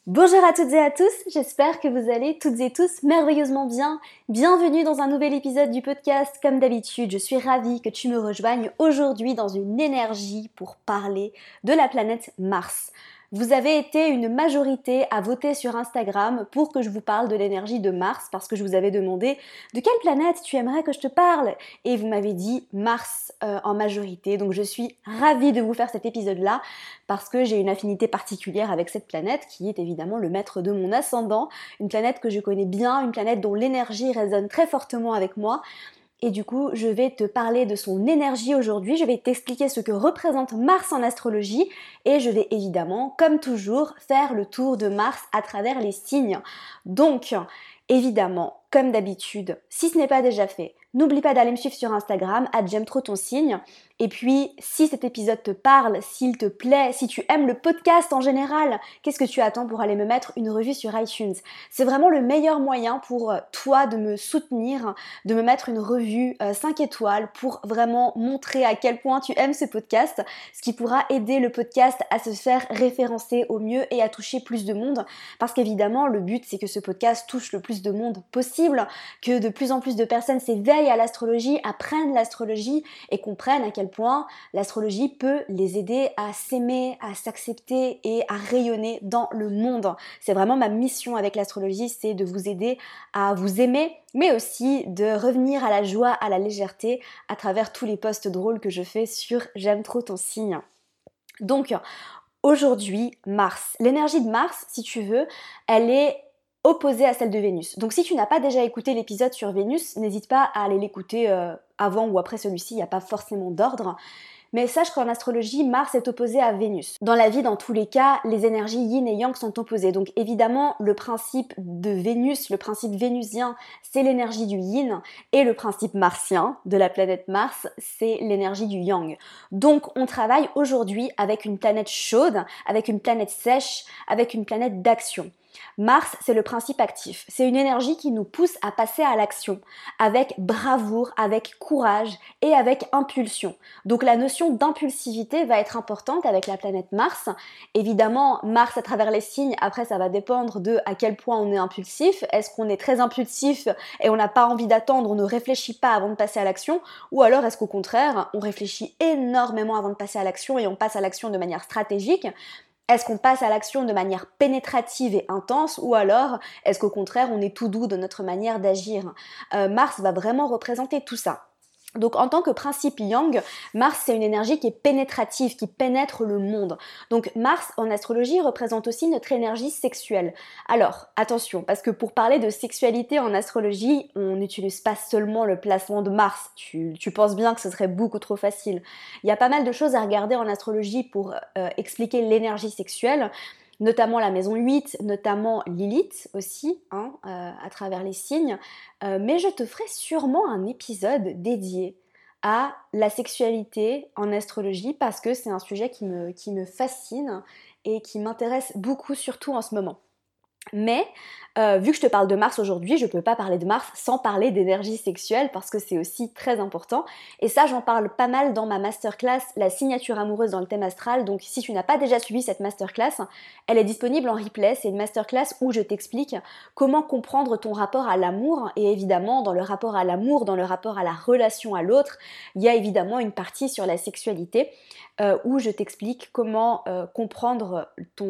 Bonjour à toutes et à tous, j'espère que vous allez toutes et tous merveilleusement bien. Bienvenue dans un nouvel épisode du podcast. Comme d'habitude, je suis ravie que tu me rejoignes aujourd'hui dans une énergie pour parler de la planète Mars. Vous avez été une majorité à voter sur Instagram pour que je vous parle de l'énergie de Mars parce que je vous avais demandé de quelle planète tu aimerais que je te parle et vous m'avez dit Mars en majorité. Donc je suis ravie de vous faire cet épisode-là parce que j'ai une affinité particulière avec cette planète qui est évidemment le maître de mon ascendant, une planète que je connais bien, une planète dont l'énergie résonne très fortement avec moi. Et du coup, je vais te parler de son énergie aujourd'hui, je vais t'expliquer ce que représente Mars en astrologie et je vais évidemment, comme toujours, faire le tour de Mars à travers les signes. Donc, évidemment, comme d'habitude, si ce n'est pas déjà fait, n'oublie pas d'aller me suivre sur Instagram, @j'aime trop ton signe. Et puis, si cet épisode te parle, s'il te plaît, si tu aimes le podcast en général, qu'est-ce que tu attends pour aller me mettre une revue sur iTunes? C'est vraiment le meilleur moyen pour toi de me soutenir, de me mettre une revue 5 étoiles pour vraiment montrer à quel point tu aimes ce podcast, ce qui pourra aider le podcast à se faire référencer au mieux et à toucher plus de monde. Parce qu'évidemment, le but, c'est que ce podcast touche le plus de monde possible, que de plus en plus de personnes s'éveillent à l'astrologie, apprennent l'astrologie et comprennent à quel point l'astrologie peut les aider à s'aimer, à s'accepter et à rayonner dans le monde. C'est vraiment ma mission avec l'astrologie, c'est de vous aider à vous aimer, mais aussi de revenir à la joie, à la légèreté à travers tous les posts drôles que je fais sur J'aime trop ton signe. Donc, aujourd'hui, Mars. L'énergie de Mars, si tu veux, elle est opposée à celle de Vénus. Donc si tu n'as pas déjà écouté l'épisode sur Vénus, n'hésite pas à aller l'écouter avant ou après celui-ci, il n'y a pas forcément d'ordre. Mais sache qu'en astrologie, Mars est opposé à Vénus. Dans la vie, dans tous les cas, les énergies yin et yang sont opposées. Donc évidemment, le principe de Vénus, le principe vénusien, c'est l'énergie du yin, et le principe martien de la planète Mars, c'est l'énergie du yang. Donc on travaille aujourd'hui avec une planète chaude, avec une planète sèche, avec une planète d'action. Mars, c'est le principe actif. C'est une énergie qui nous pousse à passer à l'action, avec bravoure, avec courage et avec impulsion. Donc la notion d'impulsivité va être importante avec la planète Mars. Évidemment, Mars à travers les signes, après ça va dépendre de à quel point on est impulsif. Est-ce qu'on est très impulsif et on n'a pas envie d'attendre, on ne réfléchit pas avant de passer à l'action, ou alors est-ce qu'au contraire, on réfléchit énormément avant de passer à l'action et on passe à l'action de manière stratégique? Est-ce qu'on passe à l'action de manière pénétrative et intense, ou alors est-ce qu'au contraire on est tout doux dans notre manière d'agir? Mars va vraiment représenter tout ça. Donc en tant que principe yang, Mars c'est une énergie qui est pénétrative, qui pénètre le monde. Donc Mars en astrologie représente aussi notre énergie sexuelle. Alors attention, parce que pour parler de sexualité en astrologie, on n'utilise pas seulement le placement de Mars. Tu penses bien que ce serait beaucoup trop facile. Il y a pas mal de choses à regarder en astrologie pour expliquer l'énergie sexuelle, notamment la maison 8, notamment Lilith aussi, à travers les signes. Mais je te ferai sûrement un épisode dédié à la sexualité en astrologie parce que c'est un sujet qui me fascine et qui m'intéresse beaucoup, surtout en ce moment. Mais vu que je te parle de Mars aujourd'hui, je ne peux pas parler de Mars sans parler d'énergie sexuelle parce que c'est aussi très important. Et ça, j'en parle pas mal dans ma masterclass, la signature amoureuse dans le thème astral. Donc si tu n'as pas déjà suivi cette masterclass, elle est disponible en replay. C'est une masterclass où je t'explique comment comprendre ton rapport à l'amour. Et évidemment, dans le rapport à l'amour, dans le rapport à la relation à l'autre, il y a évidemment une partie sur la sexualité où je t'explique comment comprendre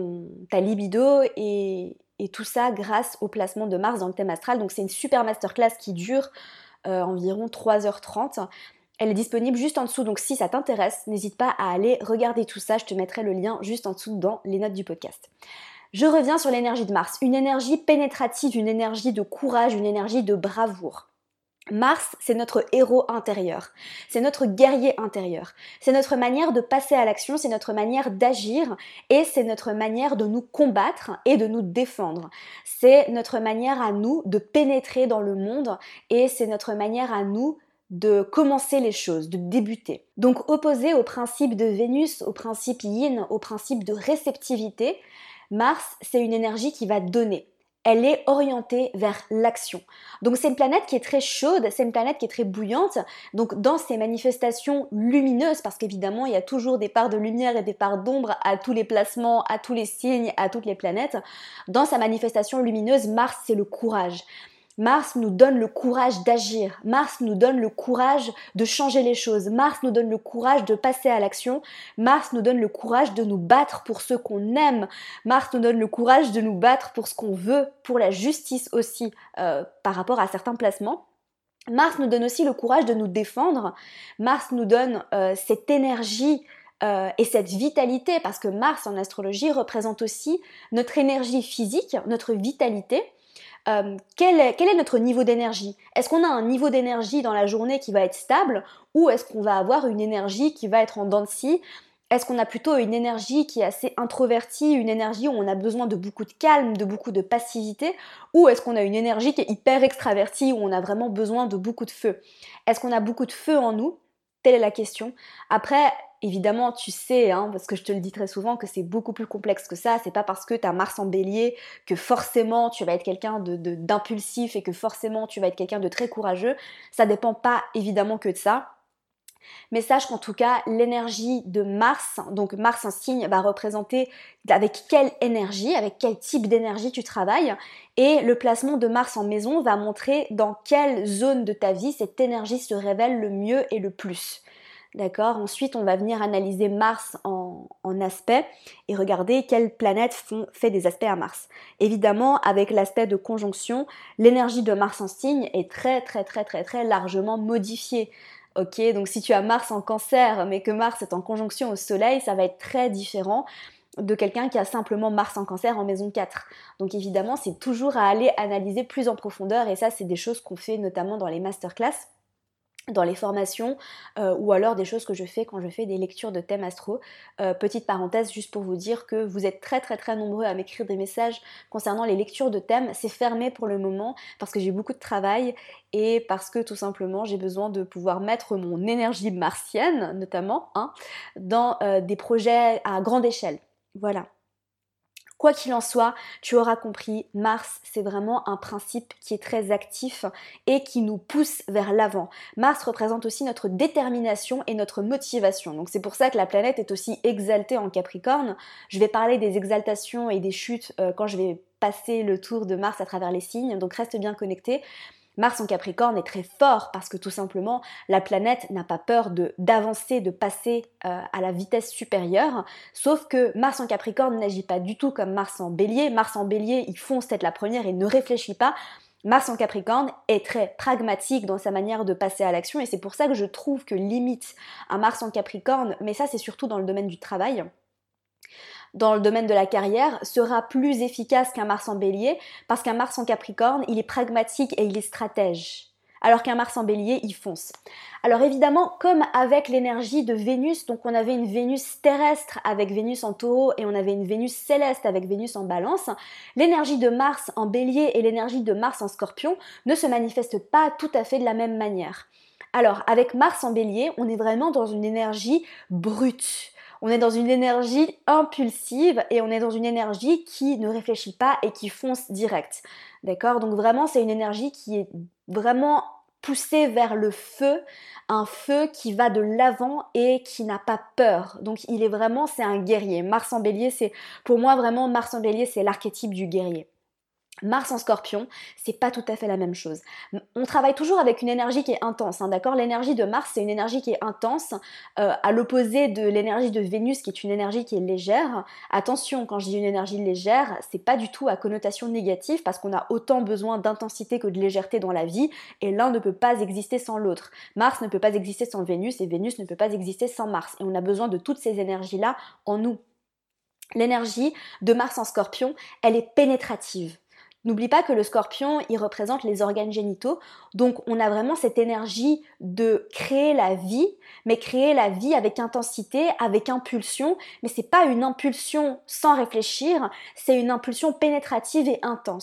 ta libido et tout ça grâce au placement de Mars dans le thème astral. Donc c'est une super masterclass qui dure environ 3h30. Elle est disponible juste en dessous, donc si ça t'intéresse, n'hésite pas à aller regarder tout ça. Je te mettrai le lien juste en dessous dans les notes du podcast. Je reviens sur l'énergie de Mars. Une énergie pénétrative, une énergie de courage, une énergie de bravoure. Mars, c'est notre héros intérieur, c'est notre guerrier intérieur, c'est notre manière de passer à l'action, c'est notre manière d'agir et c'est notre manière de nous combattre et de nous défendre. C'est notre manière à nous de pénétrer dans le monde et c'est notre manière à nous de commencer les choses, de débuter. Donc opposé au principe de Vénus, au principe yin, au principe de réceptivité, Mars, c'est une énergie qui va donner. elle est orientée vers l'action. Donc c'est une planète qui est très chaude, c'est une planète qui est très bouillante. Donc dans ses manifestations lumineuses, parce qu'évidemment il y a toujours des parts de lumière et des parts d'ombre à tous les placements, à tous les signes, à toutes les planètes, dans sa manifestation lumineuse, Mars c'est le courage. Mars nous donne le courage d'agir. Mars nous donne le courage de changer les choses. Mars nous donne le courage de passer à l'action. Mars nous donne le courage de nous battre pour ce qu'on aime. Mars nous donne le courage de nous battre pour ce qu'on veut, pour la justice aussi, par rapport à certains placements. Mars nous donne aussi le courage de nous défendre. Mars nous donne cette énergie et cette vitalité, parce que Mars en astrologie représente aussi notre énergie physique, notre vitalité. Quel est notre niveau d'énergie? Est-ce qu'on a un niveau d'énergie dans la journée qui va être stable ou est-ce qu'on va avoir une énergie qui va être en dents de scie? Est-ce qu'on a plutôt une énergie qui est assez introvertie, une énergie où on a besoin de beaucoup de calme, de beaucoup de passivité? Ou est-ce qu'on a une énergie qui est hyper extravertie où on a vraiment besoin de beaucoup de feu? Est-ce qu'on a beaucoup de feu en nous? Telle est la question. Après, évidemment, tu sais, parce que je te le dis très souvent, que c'est beaucoup plus complexe que ça. C'est pas parce que tu as Mars en bélier que forcément tu vas être quelqu'un d'impulsif et que forcément tu vas être quelqu'un de très courageux. Ça dépend pas évidemment que de ça. Mais sache qu'en tout cas, l'énergie de Mars, donc Mars en signe, va représenter avec quelle énergie, avec quel type d'énergie tu travailles. Et le placement de Mars en maison va montrer dans quelle zone de ta vie cette énergie se révèle le mieux et le plus. D'accord? Ensuite, on va venir analyser Mars en aspect et regarder quelles planètes fait des aspects à Mars. Évidemment, avec l'aspect de conjonction, l'énergie de Mars en signe est très largement modifiée. Ok, donc si tu as Mars en Cancer, mais que Mars est en conjonction au Soleil, ça va être très différent de quelqu'un qui a simplement Mars en Cancer en maison 4. Donc évidemment, c'est toujours à aller analyser plus en profondeur et ça, c'est des choses qu'on fait notamment dans les masterclass, dans les formations ou alors des choses que je fais quand je fais des lectures de thèmes astro. Petite parenthèse juste pour vous dire que vous êtes très nombreux à m'écrire des messages concernant les lectures de thèmes. C'est fermé pour le moment parce que j'ai beaucoup de travail et parce que tout simplement j'ai besoin de pouvoir mettre mon énergie martienne notamment dans des projets à grande échelle. Voilà. Quoi qu'il en soit, tu auras compris, Mars, c'est vraiment un principe qui est très actif et qui nous pousse vers l'avant. Mars représente aussi notre détermination et notre motivation. Donc c'est pour ça que la planète est aussi exaltée en Capricorne. Je vais parler des exaltations et des chutes quand je vais passer le tour de Mars à travers les signes, donc reste bien connecté. Mars en Capricorne est très fort parce que tout simplement la planète n'a pas peur d'avancer, de passer à la vitesse supérieure, sauf que Mars en Capricorne n'agit pas du tout comme Mars en Bélier. Mars en Bélier, il fonce tête la première et ne réfléchit pas. Mars en Capricorne est très pragmatique dans sa manière de passer à l'action et c'est pour ça que je trouve que limite un Mars en Capricorne, mais ça c'est surtout dans le domaine du travail, dans le domaine de la carrière sera plus efficace qu'un Mars en Bélier parce qu'un Mars en Capricorne, il est pragmatique et il est stratège. Alors qu'un Mars en Bélier, il fonce. Alors évidemment, comme avec l'énergie de Vénus, donc on avait une Vénus terrestre avec Vénus en Taureau et on avait une Vénus céleste avec Vénus en Balance, l'énergie de Mars en Bélier et l'énergie de Mars en Scorpion ne se manifestent pas tout à fait de la même manière. Alors avec Mars en Bélier, on est vraiment dans une énergie brute. On est dans une énergie impulsive et on est dans une énergie qui ne réfléchit pas et qui fonce direct. D'accord? Donc vraiment, c'est une énergie qui est vraiment poussée vers le feu, un feu qui va de l'avant et qui n'a pas peur. Donc c'est un guerrier. Mars en Bélier, pour moi vraiment, Mars en Bélier, c'est l'archétype du guerrier. Mars en Scorpion, c'est pas tout à fait la même chose. On travaille toujours avec une énergie qui est intense, d'accord? L'énergie de Mars, c'est une énergie qui est intense, à l'opposé de l'énergie de Vénus, qui est une énergie qui est légère. Attention, quand je dis une énergie légère, c'est pas du tout à connotation négative, parce qu'on a autant besoin d'intensité que de légèreté dans la vie, et l'un ne peut pas exister sans l'autre. Mars ne peut pas exister sans Vénus, et Vénus ne peut pas exister sans Mars. Et on a besoin de toutes ces énergies-là en nous. L'énergie de Mars en Scorpion, elle est pénétrative. N'oublie pas que le Scorpion, il représente les organes génitaux, donc on a vraiment cette énergie de créer la vie, mais créer la vie avec intensité, avec impulsion, mais c'est pas une impulsion sans réfléchir, c'est une impulsion pénétrative et intense.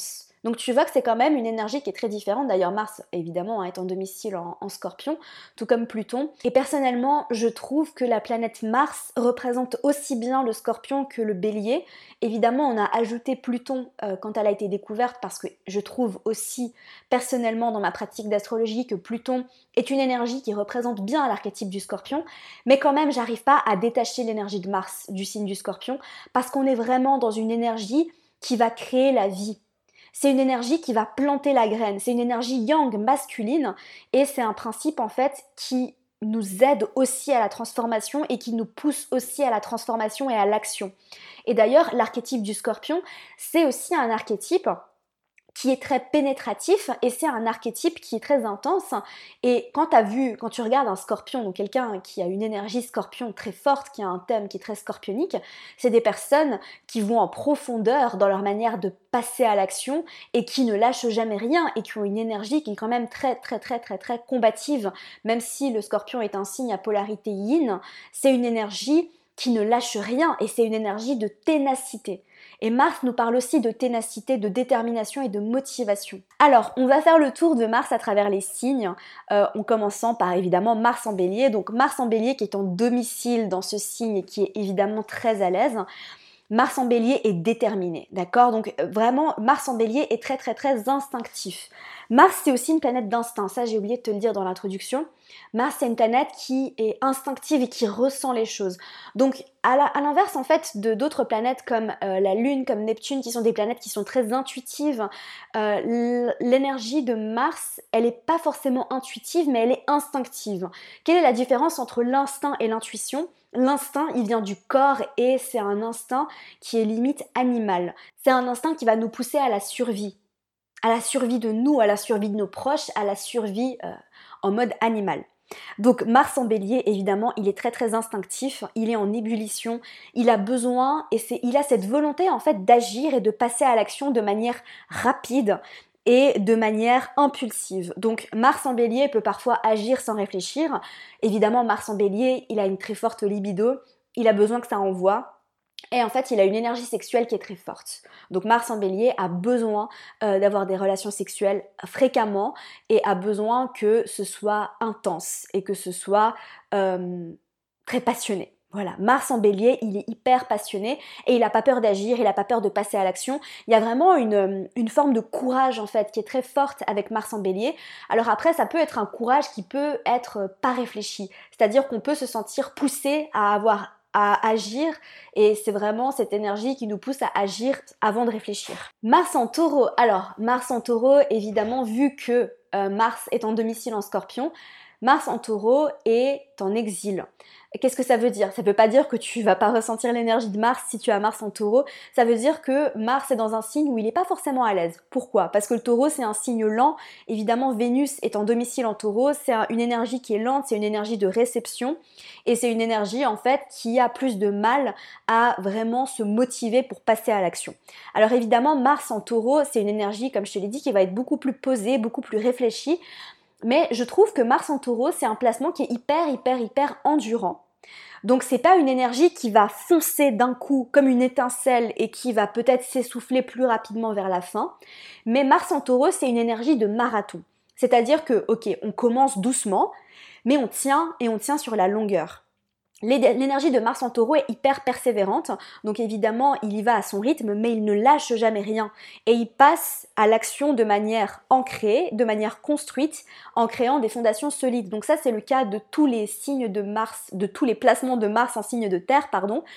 Donc tu vois que c'est quand même une énergie qui est très différente. D'ailleurs Mars évidemment est en domicile en Scorpion, tout comme Pluton. Et personnellement je trouve que la planète Mars représente aussi bien le Scorpion que le Bélier. Évidemment on a ajouté Pluton quand elle a été découverte parce que je trouve aussi personnellement dans ma pratique d'astrologie que Pluton est une énergie qui représente bien l'archétype du Scorpion. Mais quand même j'arrive pas à détacher l'énergie de Mars du signe du Scorpion parce qu'on est vraiment dans une énergie qui va créer la vie. C'est une énergie qui va planter la graine, c'est une énergie yang masculine et c'est un principe en fait qui nous aide aussi à la transformation et qui nous pousse aussi à la transformation et à l'action. Et d'ailleurs, l'archétype du Scorpion, c'est aussi un archétype qui est très pénétratif et c'est un archétype qui est très intense. Et quand tu regardes un scorpion, donc quelqu'un qui a une énergie scorpion très forte, qui a un thème qui est très scorpionique, c'est des personnes qui vont en profondeur dans leur manière de passer à l'action et qui ne lâchent jamais rien et qui ont une énergie qui est quand même très très très très très combative. Même si le scorpion est un signe à polarité yin, c'est une énergie qui ne lâche rien et c'est une énergie de ténacité. Et Mars nous parle aussi de ténacité, de détermination et de motivation. Alors, on va faire le tour de Mars à travers les signes, en commençant par évidemment Mars en Bélier. Donc Mars en Bélier qui est en domicile dans ce signe et qui est évidemment très à l'aise. Mars en Bélier est déterminé, d'accord? Donc vraiment, Mars en Bélier est très très très instinctif. Mars, c'est aussi une planète d'instinct, ça j'ai oublié de te le dire dans l'introduction. Mars, c'est une planète qui est instinctive et qui ressent les choses. Donc à l'inverse en fait de d'autres planètes comme la Lune, comme Neptune, qui sont des planètes qui sont très intuitives, l'énergie de Mars, elle n'est pas forcément intuitive, mais elle est instinctive. Quelle est la différence entre l'instinct et l'intuition? L'instinct, il vient du corps et c'est un instinct qui est limite animal. C'est un instinct qui va nous pousser à la survie de nous, à la survie de nos proches, à la survie en mode animal. Donc Mars en Bélier, évidemment, il est très très instinctif, il est en ébullition, il a besoin il a cette volonté en fait d'agir et de passer à l'action de manière rapide et de manière impulsive. Donc Mars en Bélier peut parfois agir sans réfléchir. Évidemment, Mars en Bélier, il a une très forte libido, il a besoin que ça envoie. Et en fait, il a une énergie sexuelle qui est très forte. Donc Mars en Bélier a besoin d'avoir des relations sexuelles fréquemment et a besoin que ce soit intense et que ce soit très passionné. Voilà, Mars en Bélier, il est hyper passionné et il n'a pas peur d'agir, il n'a pas peur de passer à l'action. Il y a vraiment une forme de courage en fait qui est très forte avec Mars en Bélier. Alors après, ça peut être un courage qui peut être pas réfléchi, c'est-à-dire qu'on peut se sentir poussé à agir et c'est vraiment cette énergie qui nous pousse à agir avant de réfléchir. Mars en Taureau. Alors, Mars en Taureau, évidemment, vu que Mars est en domicile en Scorpion, Mars en Taureau est en exil. Qu'est-ce que ça veut dire? Ça ne veut pas dire que tu vas pas ressentir l'énergie de Mars si tu as Mars en Taureau. Ça veut dire que Mars est dans un signe où il n'est pas forcément à l'aise. Pourquoi? Parce que le Taureau, c'est un signe lent. Évidemment, Vénus est en domicile en Taureau. C'est une énergie qui est lente, c'est une énergie de réception. Et c'est une énergie, en fait, qui a plus de mal à vraiment se motiver pour passer à l'action. Alors évidemment, Mars en Taureau, c'est une énergie, comme je te l'ai dit, qui va être beaucoup plus posée, beaucoup plus réfléchie. Mais je trouve que Mars en Taureau, c'est un placement qui est hyper endurant. Donc c'est pas une énergie qui va foncer d'un coup comme une étincelle et qui va peut-être s'essouffler plus rapidement vers la fin. Mais Mars en Taureau, c'est une énergie de marathon. C'est-à-dire que, ok, on commence doucement, mais on tient et on tient sur la longueur. L'énergie de Mars en Taureau est hyper persévérante, donc évidemment il y va à son rythme, mais il ne lâche jamais rien et il passe à l'action de manière ancrée, de manière construite, en créant des fondations solides. Donc ça c'est le cas de tous les signes de Mars, de tous les placements de Mars en signe de terre,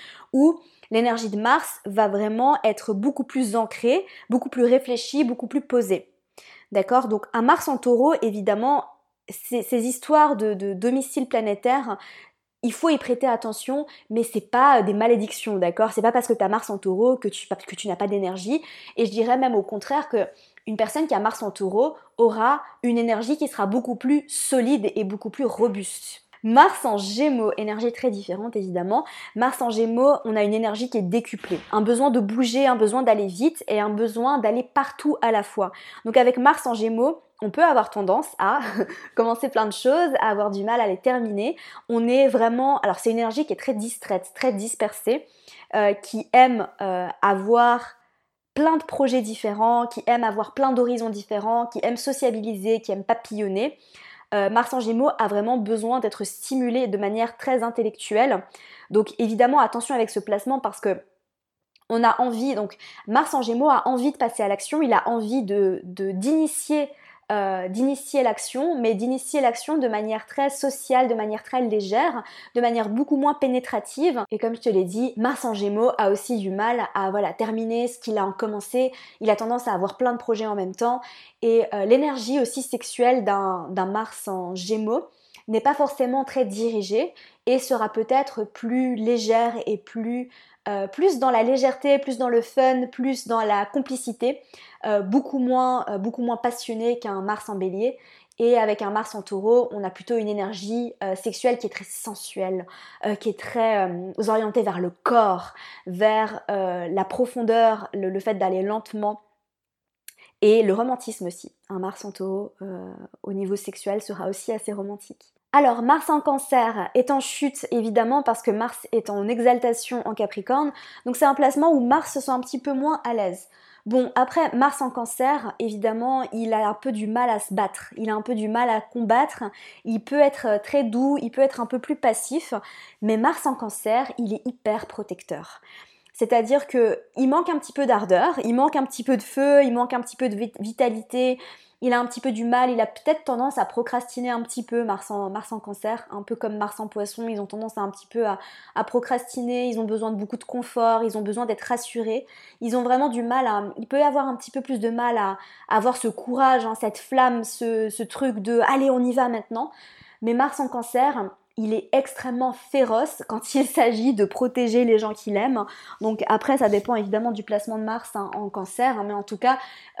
où l'énergie de Mars va vraiment être beaucoup plus ancrée, beaucoup plus réfléchie, beaucoup plus posée. D'accord? Donc un Mars en Taureau, évidemment, ces histoires de domicile planétaire, il faut y prêter attention, mais c'est pas des malédictions, d'accord? C'est pas parce que tu as Mars en Taureau que tu n'as pas d'énergie. Et je dirais même au contraire que une personne qui a Mars en Taureau aura une énergie qui sera beaucoup plus solide et beaucoup plus robuste. Mars en Gémeaux, énergie très différente évidemment. Mars en Gémeaux, on a une énergie qui est décuplée. Un besoin de bouger, un besoin d'aller vite et un besoin d'aller partout à la fois. Donc avec Mars en Gémeaux, on peut avoir tendance à commencer plein de choses, à avoir du mal à les terminer. On est vraiment... Alors c'est une énergie qui est très distraite, très dispersée, qui aime avoir plein de projets différents, qui aime avoir plein d'horizons différents, qui aime sociabiliser, qui aime papillonner. Mars en Gémeaux a vraiment besoin d'être stimulé de manière très intellectuelle. Donc évidemment, attention avec ce placement parce que on a envie, donc Mars en Gémeaux a envie de passer à l'action, il a envie d'initier l'action, mais d'initier l'action de manière très sociale, de manière très légère, de manière beaucoup moins pénétrative. Et comme je te l'ai dit, Mars en Gémeaux a aussi du mal à terminer ce qu'il a commencé. Il a tendance à avoir plein de projets en même temps. Et l'énergie aussi sexuelle d'un Mars en Gémeaux n'est pas forcément très dirigée et sera peut-être plus légère et plus dans la légèreté, plus dans le fun, plus dans la complicité, beaucoup moins passionné qu'un Mars en Bélier. Et avec un Mars en Taureau, on a plutôt une énergie sexuelle qui est très sensuelle, qui est très orientée vers le corps, vers la profondeur, le fait d'aller lentement. Et le romantisme aussi. Un Mars en Taureau au niveau sexuel sera aussi assez romantique. Alors Mars en Cancer est en chute évidemment parce que Mars est en exaltation en Capricorne. Donc c'est un placement où Mars se sent un petit peu moins à l'aise. Bon, après Mars en Cancer, évidemment, il a un peu du mal à se battre. Il a un peu du mal à combattre. Il peut être très doux, il peut être un peu plus passif. Mais Mars en Cancer, il est hyper protecteur. C'est-à-dire qu'il manque un petit peu d'ardeur, il manque un petit peu de feu, il manque un petit peu de vitalité, il a un petit peu du mal, il a peut-être tendance à procrastiner un petit peu, Mars en Cancer, un peu comme Mars en Poisson, ils ont tendance à un petit peu à procrastiner, ils ont besoin de beaucoup de confort, ils ont besoin d'être rassurés, ils ont vraiment du mal il peut y avoir un petit peu plus de mal à avoir ce courage, hein, cette flamme, ce truc de « allez on y va maintenant », mais Mars en Cancer, il est extrêmement féroce quand il s'agit de protéger les gens qu'il aime. Donc après, ça dépend évidemment du placement de Mars en Cancer, hein, mais en tout cas,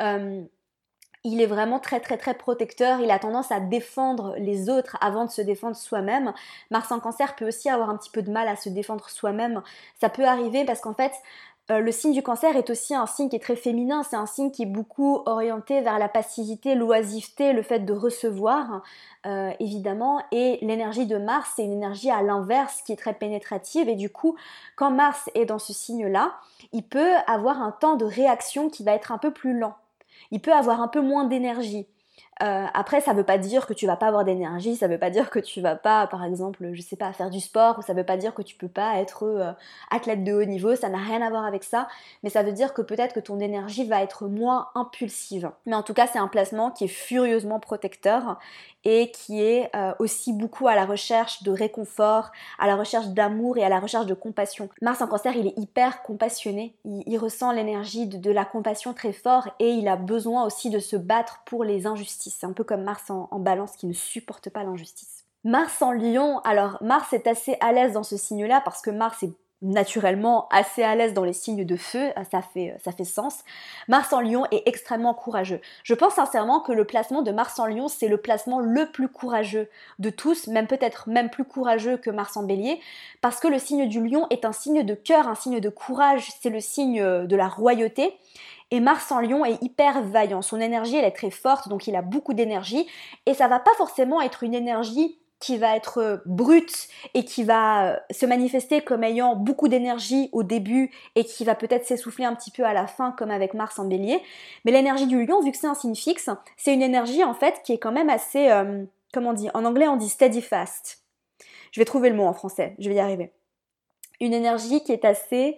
il est vraiment très très très protecteur. Il a tendance à défendre les autres avant de se défendre soi-même. Mars en Cancer peut aussi avoir un petit peu de mal à se défendre soi-même. Ça peut arriver parce qu'en fait, le signe du Cancer est aussi un signe qui est très féminin, c'est un signe qui est beaucoup orienté vers la passivité, l'oisiveté, le fait de recevoir, évidemment, et l'énergie de Mars, c'est une énergie à l'inverse qui est très pénétrative, et du coup, quand Mars est dans ce signe-là, il peut avoir un temps de réaction qui va être un peu plus lent, il peut avoir un peu moins d'énergie. Après, ça veut pas dire que tu vas pas avoir d'énergie, ça veut pas dire que tu vas pas, par exemple, je sais pas, faire du sport, ou ça veut pas dire que tu peux pas être athlète de haut niveau, ça n'a rien à voir avec ça, mais ça veut dire que peut-être que ton énergie va être moins impulsive. Mais en tout cas, c'est un placement qui est furieusement protecteur et qui est aussi beaucoup à la recherche de réconfort, à la recherche d'amour et à la recherche de compassion. Mars en Cancer, il est hyper compassionné, il ressent l'énergie de la compassion très fort et il a besoin aussi de se battre pour les injustices. C'est un peu comme Mars en Balance qui ne supporte pas l'injustice. Mars en Lion, alors Mars est assez à l'aise dans ce signe-là parce que Mars est naturellement assez à l'aise dans les signes de feu, ça fait sens. Mars en Lion est extrêmement courageux. Je pense sincèrement que le placement de Mars en Lion, c'est le placement le plus courageux de tous, même peut-être même plus courageux que Mars en Bélier, parce que le signe du Lion est un signe de cœur, un signe de courage, c'est le signe de la royauté. Et Mars en Lion est hyper vaillant, son énergie elle est très forte, donc il a beaucoup d'énergie, et ça va pas forcément être une énergie qui va être brute et qui va se manifester comme ayant beaucoup d'énergie au début et qui va peut-être s'essouffler un petit peu à la fin comme avec Mars en Bélier. Mais l'énergie du Lion, vu que c'est un signe fixe, c'est une énergie en fait qui est quand même assez, comment on dit, en anglais on dit steady fast. Je vais trouver le mot en français, je vais y arriver. Une énergie qui est assez...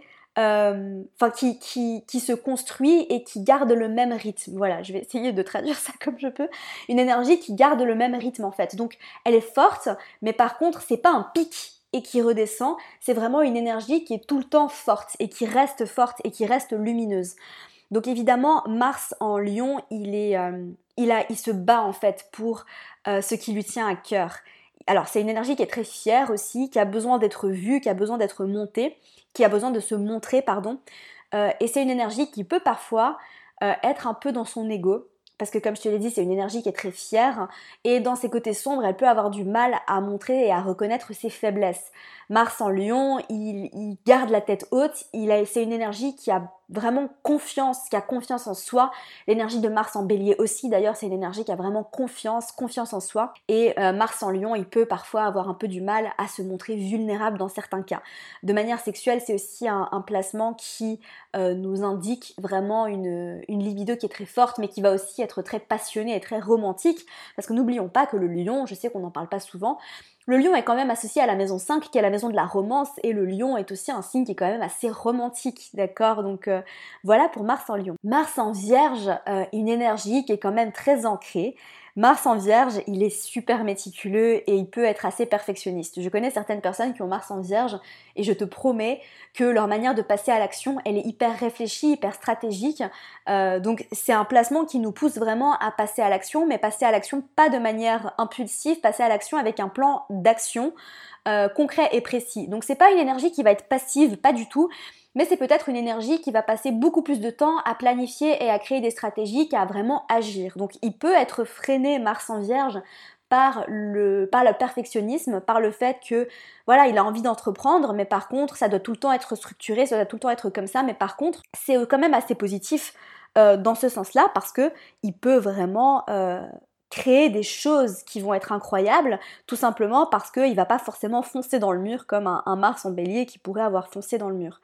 qui se construit et qui garde le même rythme. Voilà, je vais essayer de traduire ça comme je peux. Une énergie qui garde le même rythme en fait. Donc elle est forte, mais par contre c'est pas un pic et qui redescend, c'est vraiment une énergie qui est tout le temps forte et qui reste lumineuse. Donc évidemment Mars en Lion, il se bat en fait pour ce qui lui tient à cœur. Alors c'est une énergie qui est très fière aussi, qui a besoin d'être vue, qui a besoin d'être montée, qui a besoin de se montrer, pardon. Et c'est une énergie qui peut parfois être un peu dans son ego, parce que comme je te l'ai dit, c'est une énergie qui est très fière, et dans ses côtés sombres, elle peut avoir du mal à montrer et à reconnaître ses faiblesses. Mars en Lion, il garde la tête haute, c'est une énergie qui a vraiment confiance, qui a confiance en soi. L'énergie de Mars en Bélier aussi, d'ailleurs, c'est une énergie qui a vraiment confiance en soi. Et Mars en Lion, il peut parfois avoir un peu du mal à se montrer vulnérable dans certains cas. De manière sexuelle, c'est aussi un placement qui nous indique vraiment une libido qui est très forte, mais qui va aussi être très passionnée et très romantique. Parce que n'oublions pas que le Lion, je sais qu'on n'en parle pas souvent, le lion est quand même associé à la maison 5, qui est la maison de la romance, et le lion est aussi un signe qui est quand même assez romantique, d'accord? Donc voilà pour Mars en Lion. Mars en Vierge, une énergie qui est quand même très ancrée. Mars en Vierge, il est super méticuleux et il peut être assez perfectionniste. Je connais certaines personnes qui ont Mars en Vierge et je te promets que leur manière de passer à l'action, elle est hyper réfléchie, hyper stratégique. Donc c'est un placement qui nous pousse vraiment à passer à l'action, mais passer à l'action pas de manière impulsive, passer à l'action avec un plan d'action concret et précis. Donc c'est pas une énergie qui va être passive, pas du tout, mais c'est peut-être une énergie qui va passer beaucoup plus de temps à planifier et à créer des stratégies qu'à vraiment agir. Donc il peut être freiné, Mars en Vierge, par le perfectionnisme, par le fait que voilà, il a envie d'entreprendre, mais par contre ça doit tout le temps être structuré, ça doit tout le temps être comme ça, mais par contre c'est quand même assez positif dans ce sens-là, parce que il peut vraiment créer des choses qui vont être incroyables, tout simplement parce qu'il va pas forcément foncer dans le mur comme un Mars en Bélier qui pourrait avoir foncé dans le mur.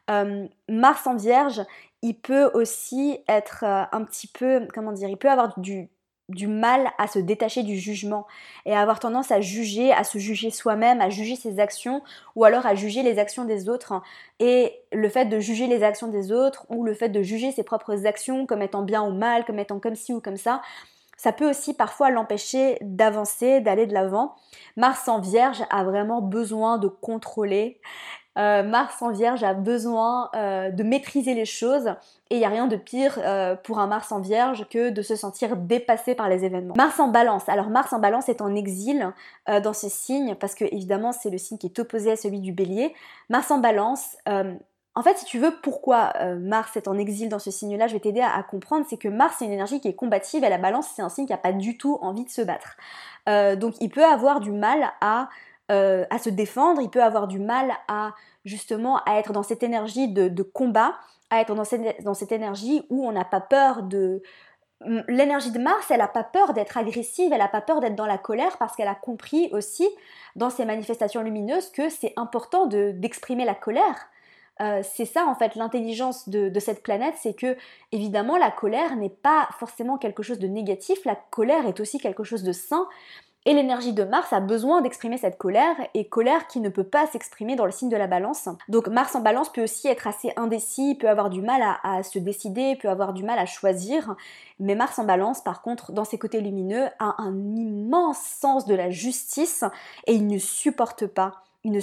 Mars en Vierge, il peut aussi être un petit peu, comment dire, il peut avoir du mal à se détacher du jugement et à avoir tendance à juger, à se juger soi-même, à juger ses actions ou alors à juger les actions des autres. Et le fait de juger les actions des autres ou le fait de juger ses propres actions comme étant bien ou mal, comme étant comme ci ou comme ça peut aussi parfois l'empêcher d'avancer, d'aller de l'avant. Mars en Vierge a vraiment besoin de contrôler. Mars en Vierge a besoin de maîtriser les choses et il n'y a rien de pire pour un Mars en Vierge que de se sentir dépassé par les événements. Mars en Balance. Alors Mars en Balance est en exil dans ce signe parce que évidemment c'est le signe qui est opposé à celui du Bélier. Mars en Balance, en fait, si tu veux, pourquoi Mars est en exil dans ce signe-là, je vais t'aider à comprendre, c'est que Mars, c'est une énergie qui est combative et la Balance, c'est un signe qui n'a pas du tout envie de se battre. Donc, il peut avoir du mal à se défendre, il peut avoir du mal à, justement, à être dans cette énergie de combat, à être dans cette énergie où on n'a pas peur de... L'énergie de Mars, elle n'a pas peur d'être agressive, elle n'a pas peur d'être dans la colère parce qu'elle a compris aussi, dans ses manifestations lumineuses, que c'est important d'exprimer la colère. C'est ça en fait l'intelligence de cette planète, c'est que évidemment la colère n'est pas forcément quelque chose de négatif, la colère est aussi quelque chose de sain et l'énergie de Mars a besoin d'exprimer cette colère et colère qui ne peut pas s'exprimer dans le signe de la Balance. Donc Mars en Balance peut aussi être assez indécis, peut avoir du mal à se décider, peut avoir du mal à choisir, mais Mars en Balance par contre dans ses côtés lumineux a un immense sens de la justice et il ne supporte pas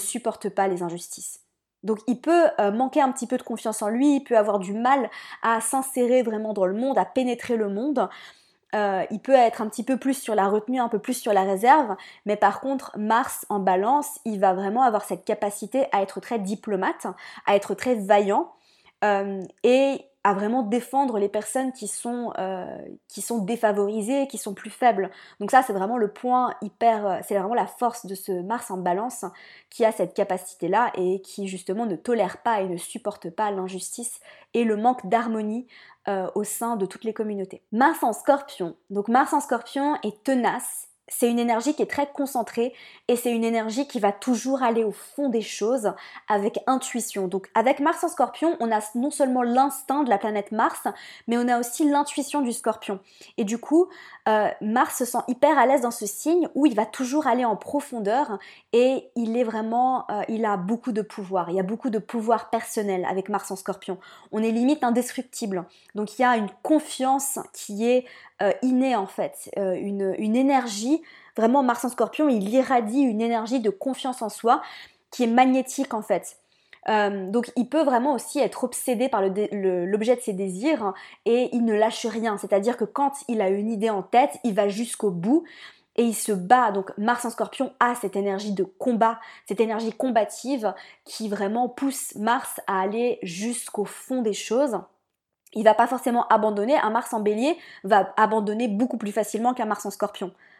les injustices. Donc il peut manquer un petit peu de confiance en lui, il peut avoir du mal à s'insérer vraiment dans le monde, à pénétrer le monde. Il peut être un petit peu plus sur la retenue, un peu plus sur la réserve, mais par contre Mars en Balance, il va vraiment avoir cette capacité à être très diplomate, à être très vaillant et à vraiment défendre les personnes qui sont défavorisées, qui sont plus faibles. Donc ça c'est vraiment le point c'est vraiment la force de ce Mars en Balance qui a cette capacité-là et qui justement ne tolère pas et ne supporte pas l'injustice et le manque d'harmonie au sein de toutes les communautés. Mars en Scorpion. Donc Mars en Scorpion est tenace. C'est une énergie qui est très concentrée et c'est une énergie qui va toujours aller au fond des choses avec intuition. Donc avec Mars en Scorpion, on a non seulement l'instinct de la planète Mars, mais on a aussi l'intuition du Scorpion. Et du coup, Mars se sent hyper à l'aise dans ce signe où il va toujours aller en profondeur et il a beaucoup de pouvoir. Il y a beaucoup de pouvoir personnel avec Mars en Scorpion. On est limite indestructible. Donc il y a une confiance qui est innée en fait, une énergie. Vraiment, Mars en Scorpion, il irradie une énergie de confiance en soi qui est magnétique en fait. Donc il peut vraiment aussi être obsédé par l'objet de ses désirs et il ne lâche rien. C'est-à-dire que quand il a une idée en tête, il va jusqu'au bout et il se bat. Donc Mars en Scorpion a cette énergie de combat, cette énergie combative qui vraiment pousse Mars à aller jusqu'au fond des choses. Il va pas forcément abandonner. Un Mars en Bélier va abandonner beaucoup plus facilement qu'un Mars en Scorpion.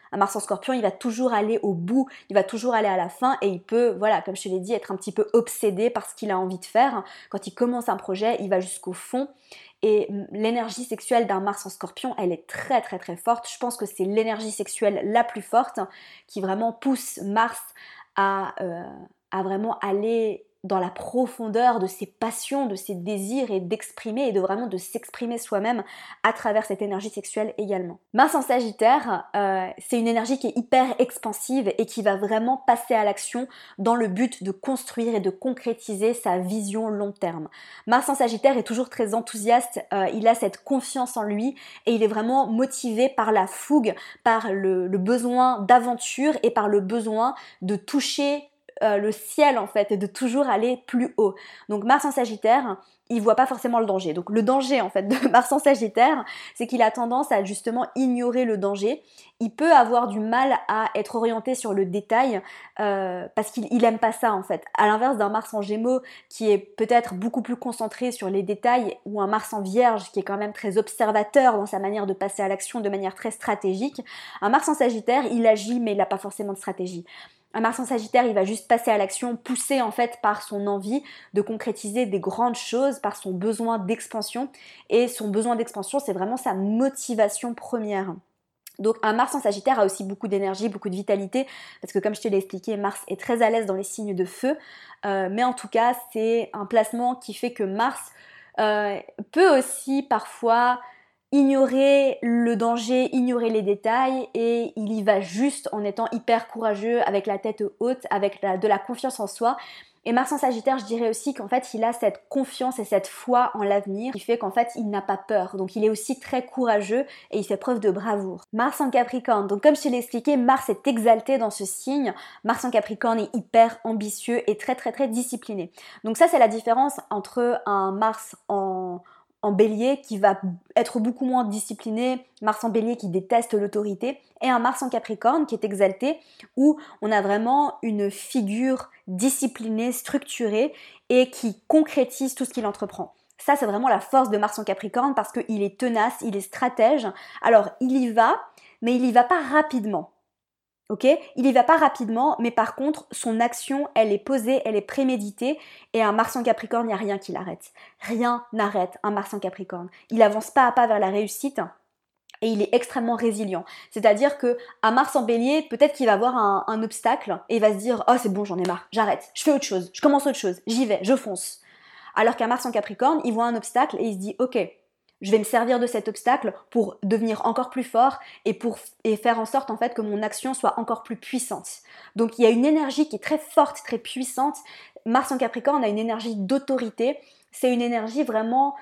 Un Mars en Scorpion, il va toujours aller au bout, il va toujours aller à la fin et il peut, voilà, comme je te l'ai dit, être un petit peu obsédé par ce qu'il a envie de faire. Quand il commence un projet, il va jusqu'au fond. Et l'énergie sexuelle d'un Mars en Scorpion, elle est très très très forte. Je pense que c'est l'énergie sexuelle la plus forte qui vraiment pousse Mars à, à vraiment aller dans la profondeur de ses passions, de ses désirs et d'exprimer et de vraiment de s'exprimer soi-même à travers cette énergie sexuelle également. Mars en Sagittaire, c'est une énergie qui est hyper expansive et qui va vraiment passer à l'action dans le but de construire et de concrétiser sa vision long terme. Mars en Sagittaire est toujours très enthousiaste, il a cette confiance en lui et il est vraiment motivé par la fougue, par le besoin d'aventure et par le besoin de toucher le ciel en fait et de toujours aller plus haut. Donc Mars en Sagittaire, il voit pas forcément le danger. Donc le danger en fait de Mars en Sagittaire, c'est qu'il a tendance à justement ignorer le danger. Il peut avoir du mal à être orienté sur le détail parce qu'il aime pas ça en fait. À l'inverse d'un Mars en Gémeaux qui est peut-être beaucoup plus concentré sur les détails, ou un Mars en Vierge qui est quand même très observateur dans sa manière de passer à l'action de manière très stratégique. Un Mars en Sagittaire, il agit mais il n'a pas forcément de stratégie. Un Mars en Sagittaire, il va juste passer à l'action, poussé en fait par son envie de concrétiser des grandes choses, par son besoin d'expansion. Et son besoin d'expansion, c'est vraiment sa motivation première. Donc un Mars en Sagittaire a aussi beaucoup d'énergie, beaucoup de vitalité, parce que comme je te l'ai expliqué, Mars est très à l'aise dans les signes de feu. Mais en tout cas, c'est un placement qui fait que Mars peut aussi parfois ignorer le danger, ignorer les détails, et il y va juste en étant hyper courageux, avec la tête haute, avec de la confiance en soi. Et Mars en Sagittaire, je dirais aussi qu'en fait, il a cette confiance et cette foi en l'avenir qui fait qu'en fait, il n'a pas peur. Donc, il est aussi très courageux et il fait preuve de bravoure. Mars en Capricorne. Donc, comme je te l'ai expliqué, Mars est exalté dans ce signe. Mars en Capricorne est hyper ambitieux et très, très, très discipliné. Donc, ça, c'est la différence entre un Mars en Bélier qui va être beaucoup moins discipliné, Mars en Bélier qui déteste l'autorité, et un Mars en Capricorne qui est exalté, où on a vraiment une figure disciplinée, structurée, et qui concrétise tout ce qu'il entreprend. Ça, c'est vraiment la force de Mars en Capricorne parce qu'il est tenace, il est stratège. Alors, il y va, mais il y va pas rapidement. Ok, il y va pas rapidement, mais par contre, son action, elle est posée, elle est préméditée, et un Mars en Capricorne, il n'y a rien qui l'arrête. Rien n'arrête un Mars en Capricorne. Il avance pas à pas vers la réussite, et il est extrêmement résilient. C'est-à-dire que à Mars en Bélier, peut-être qu'il va voir un obstacle, et il va se dire « Oh, c'est bon, j'en ai marre, j'arrête, je fais autre chose, je commence autre chose, j'y vais, je fonce. » Alors qu'un Mars en Capricorne, il voit un obstacle, et il se dit « Ok, je vais me servir de cet obstacle pour devenir encore plus fort et faire en sorte en fait que mon action soit encore plus puissante. » Donc il y a une énergie qui est très forte, très puissante. Mars en Capricorne a une énergie d'autorité. C'est une énergie vraiment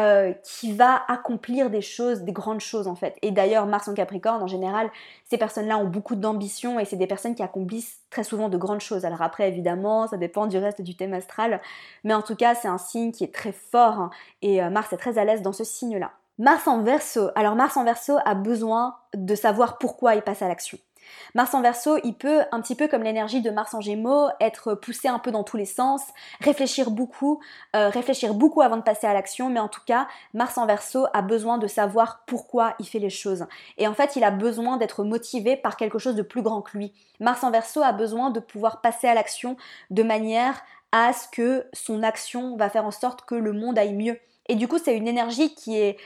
qui va accomplir des choses, des grandes choses en fait. Et d'ailleurs, Mars en Capricorne, en général, ces personnes-là ont beaucoup d'ambition et c'est des personnes qui accomplissent très souvent de grandes choses. Alors après, évidemment, ça dépend du reste du thème astral, mais en tout cas, c'est un signe qui est très fort hein, et Mars est très à l'aise dans ce signe-là. Mars en Verseau. Alors Mars en Verseau a besoin de savoir pourquoi il passe à l'action. Mars en Verseau, il peut, un petit peu comme l'énergie de Mars en Gémeaux, être poussé un peu dans tous les sens, réfléchir beaucoup avant de passer à l'action, mais en tout cas, Mars en Verseau a besoin de savoir pourquoi il fait les choses. Et en fait, il a besoin d'être motivé par quelque chose de plus grand que lui. Mars en Verseau a besoin de pouvoir passer à l'action de manière à ce que son action va faire en sorte que le monde aille mieux. Et du coup, c'est une énergie qui est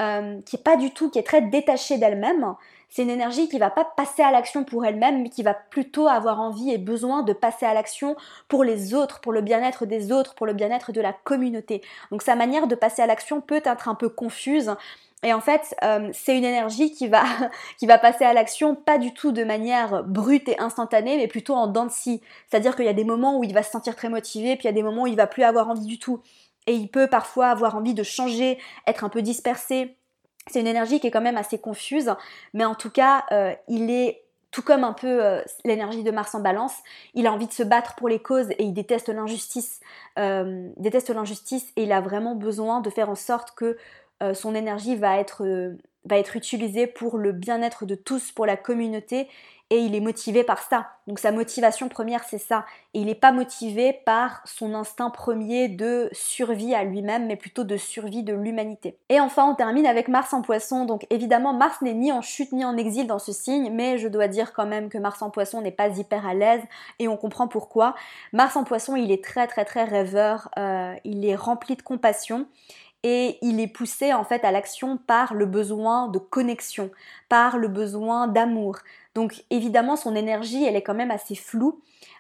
pas du tout, qui est très détachée d'elle-même. C'est une énergie qui va pas passer à l'action pour elle-même, mais qui va plutôt avoir envie et besoin de passer à l'action pour les autres, pour le bien-être des autres, pour le bien-être de la communauté. Donc sa manière de passer à l'action peut être un peu confuse. Et en fait, c'est une énergie qui va passer à l'action pas du tout de manière brute et instantanée, mais plutôt en dents de scie. C'est-à-dire qu'il y a des moments où il va se sentir très motivé, puis il y a des moments où il va plus avoir envie du tout. Et il peut parfois avoir envie de changer, être un peu dispersé. C'est une énergie qui est quand même assez confuse, mais en tout cas, il est tout comme un peu l'énergie de Mars en Balance, il a envie de se battre pour les causes et il déteste l'injustice. Et il a vraiment besoin de faire en sorte que son énergie va être va être utilisé pour le bien-être de tous, pour la communauté, et il est motivé par ça. Donc sa motivation première, c'est ça. Et il n'est pas motivé par son instinct premier de survie à lui-même, mais plutôt de survie de l'humanité. Et enfin, on termine avec Mars en Poisson. Donc évidemment, Mars n'est ni en chute ni en exil dans ce signe, mais je dois dire quand même que Mars en Poisson n'est pas hyper à l'aise, et on comprend pourquoi. Mars en Poisson, il est très très très rêveur, il est rempli de compassion. Et il est poussé en fait à l'action par le besoin de connexion, par le besoin d'amour. Donc évidemment son énergie elle est quand même assez floue.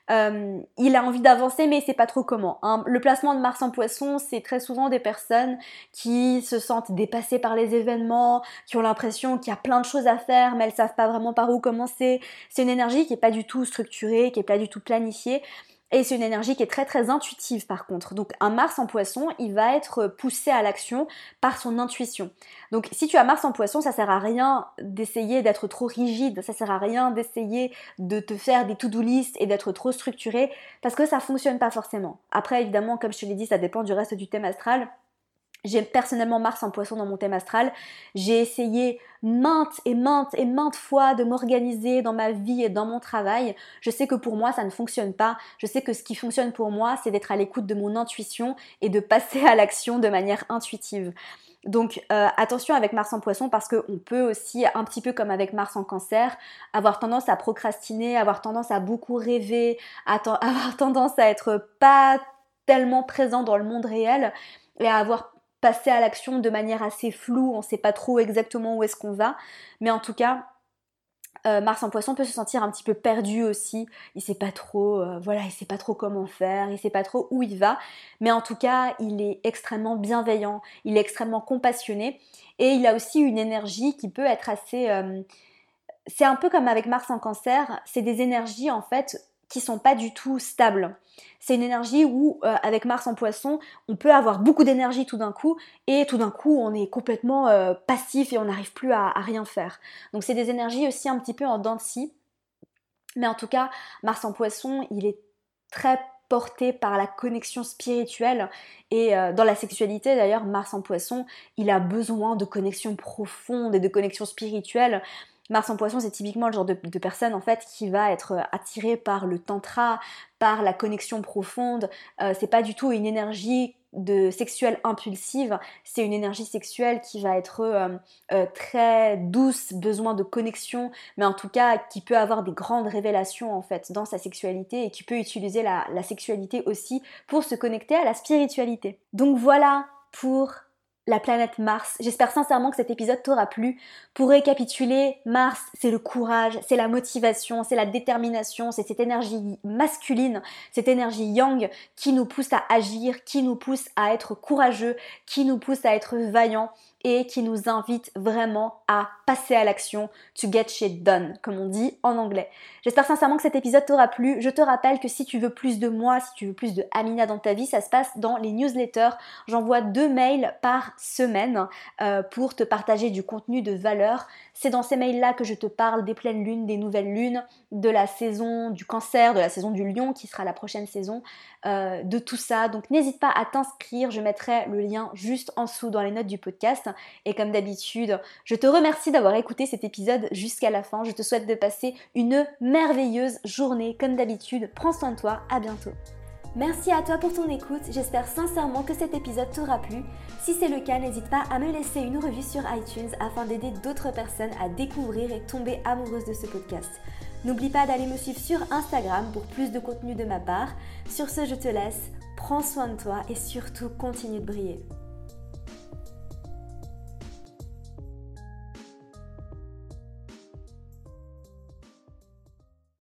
Il a envie d'avancer mais il sait pas trop comment. Hein. Le placement de Mars en Poisson, c'est très souvent des personnes qui se sentent dépassées par les événements, qui ont l'impression qu'il y a plein de choses à faire mais elles savent pas vraiment par où commencer. C'est une énergie qui est pas du tout structurée, qui est pas du tout planifiée. Et c'est une énergie qui est très très intuitive par contre. Donc un Mars en Poisson, il va être poussé à l'action par son intuition. Donc si tu as Mars en Poisson, ça sert à rien d'essayer d'être trop rigide, ça sert à rien d'essayer de te faire des to-do list et d'être trop structuré parce que ça fonctionne pas forcément. Après évidemment, comme je te l'ai dit, ça dépend du reste du thème astral. J'ai personnellement Mars en Poisson dans mon thème astral. J'ai essayé maintes et maintes fois de m'organiser dans ma vie et dans mon travail. Je sais que pour moi, ça ne fonctionne pas. Je sais que ce qui fonctionne pour moi, c'est d'être à l'écoute de mon intuition et de passer à l'action de manière intuitive. Donc attention avec Mars en Poisson parce qu'on peut aussi, un petit peu comme avec Mars en Cancer, avoir tendance à procrastiner, avoir tendance à beaucoup rêver, avoir tendance à être pas tellement présent dans le monde réel et à avoir passer à l'action de manière assez floue, on ne sait pas trop exactement où est-ce qu'on va, mais en tout cas, Mars en Poisson peut se sentir un petit peu perdu aussi, il sait pas trop, il sait pas trop comment faire, il sait pas trop où il va, mais en tout cas, il est extrêmement bienveillant, il est extrêmement compassionné, et il a aussi une énergie qui peut être assez... c'est un peu comme avec Mars en Cancer, c'est des énergies en fait qui sont pas du tout stables. C'est une énergie où, avec Mars en Poisson, on peut avoir beaucoup d'énergie tout d'un coup, et tout d'un coup, on est complètement passif et on n'arrive plus à rien faire. Donc c'est des énergies aussi un petit peu en dents de scie. Mais en tout cas, Mars en Poisson, il est très porté par la connexion spirituelle et dans la sexualité d'ailleurs, Mars en Poisson, il a besoin de connexion profonde et de connexion spirituelle. Mars en Poisson, c'est typiquement le genre de personne en fait qui va être attirée par le tantra, par la connexion profonde. C'est pas du tout une énergie sexuelle impulsive, c'est une énergie sexuelle qui va être très douce, besoin de connexion, mais en tout cas qui peut avoir des grandes révélations en fait dans sa sexualité et qui peut utiliser la sexualité aussi pour se connecter à la spiritualité. Donc voilà pour la planète Mars. J'espère sincèrement que cet épisode t'aura plu. Pour récapituler, Mars, c'est le courage, c'est la motivation, c'est la détermination, c'est cette énergie masculine, cette énergie yang qui nous pousse à agir, qui nous pousse à être courageux, qui nous pousse à être vaillant et qui nous invite vraiment à passer à l'action, to get shit done, comme on dit en anglais. J'espère sincèrement que cet épisode t'aura plu. Je te rappelle que si tu veux plus de moi, si tu veux plus de Amina dans ta vie, ça se passe dans les newsletters. J'envoie 2 mails par semaine pour te partager du contenu de valeur. C'est dans ces mails-là que je te parle des pleines lunes, des nouvelles lunes, de la saison du Cancer, de la saison du Lion qui sera la prochaine saison, de tout ça. Donc n'hésite pas à t'inscrire, je mettrai le lien juste en dessous dans les notes du podcast. Et comme d'habitude, je te remercie d'avoir écouté cet épisode jusqu'à la fin. Je te souhaite de passer une merveilleuse journée comme d'habitude. Prends soin de toi, à bientôt. Merci à toi pour ton écoute, j'espère sincèrement que cet épisode t'aura plu. Si c'est le cas, n'hésite pas à me laisser une review sur iTunes afin d'aider d'autres personnes à découvrir et tomber amoureuses de ce podcast. N'oublie pas d'aller me suivre sur Instagram pour plus de contenu de ma part. Sur ce, je te laisse, prends soin de toi et surtout continue de briller.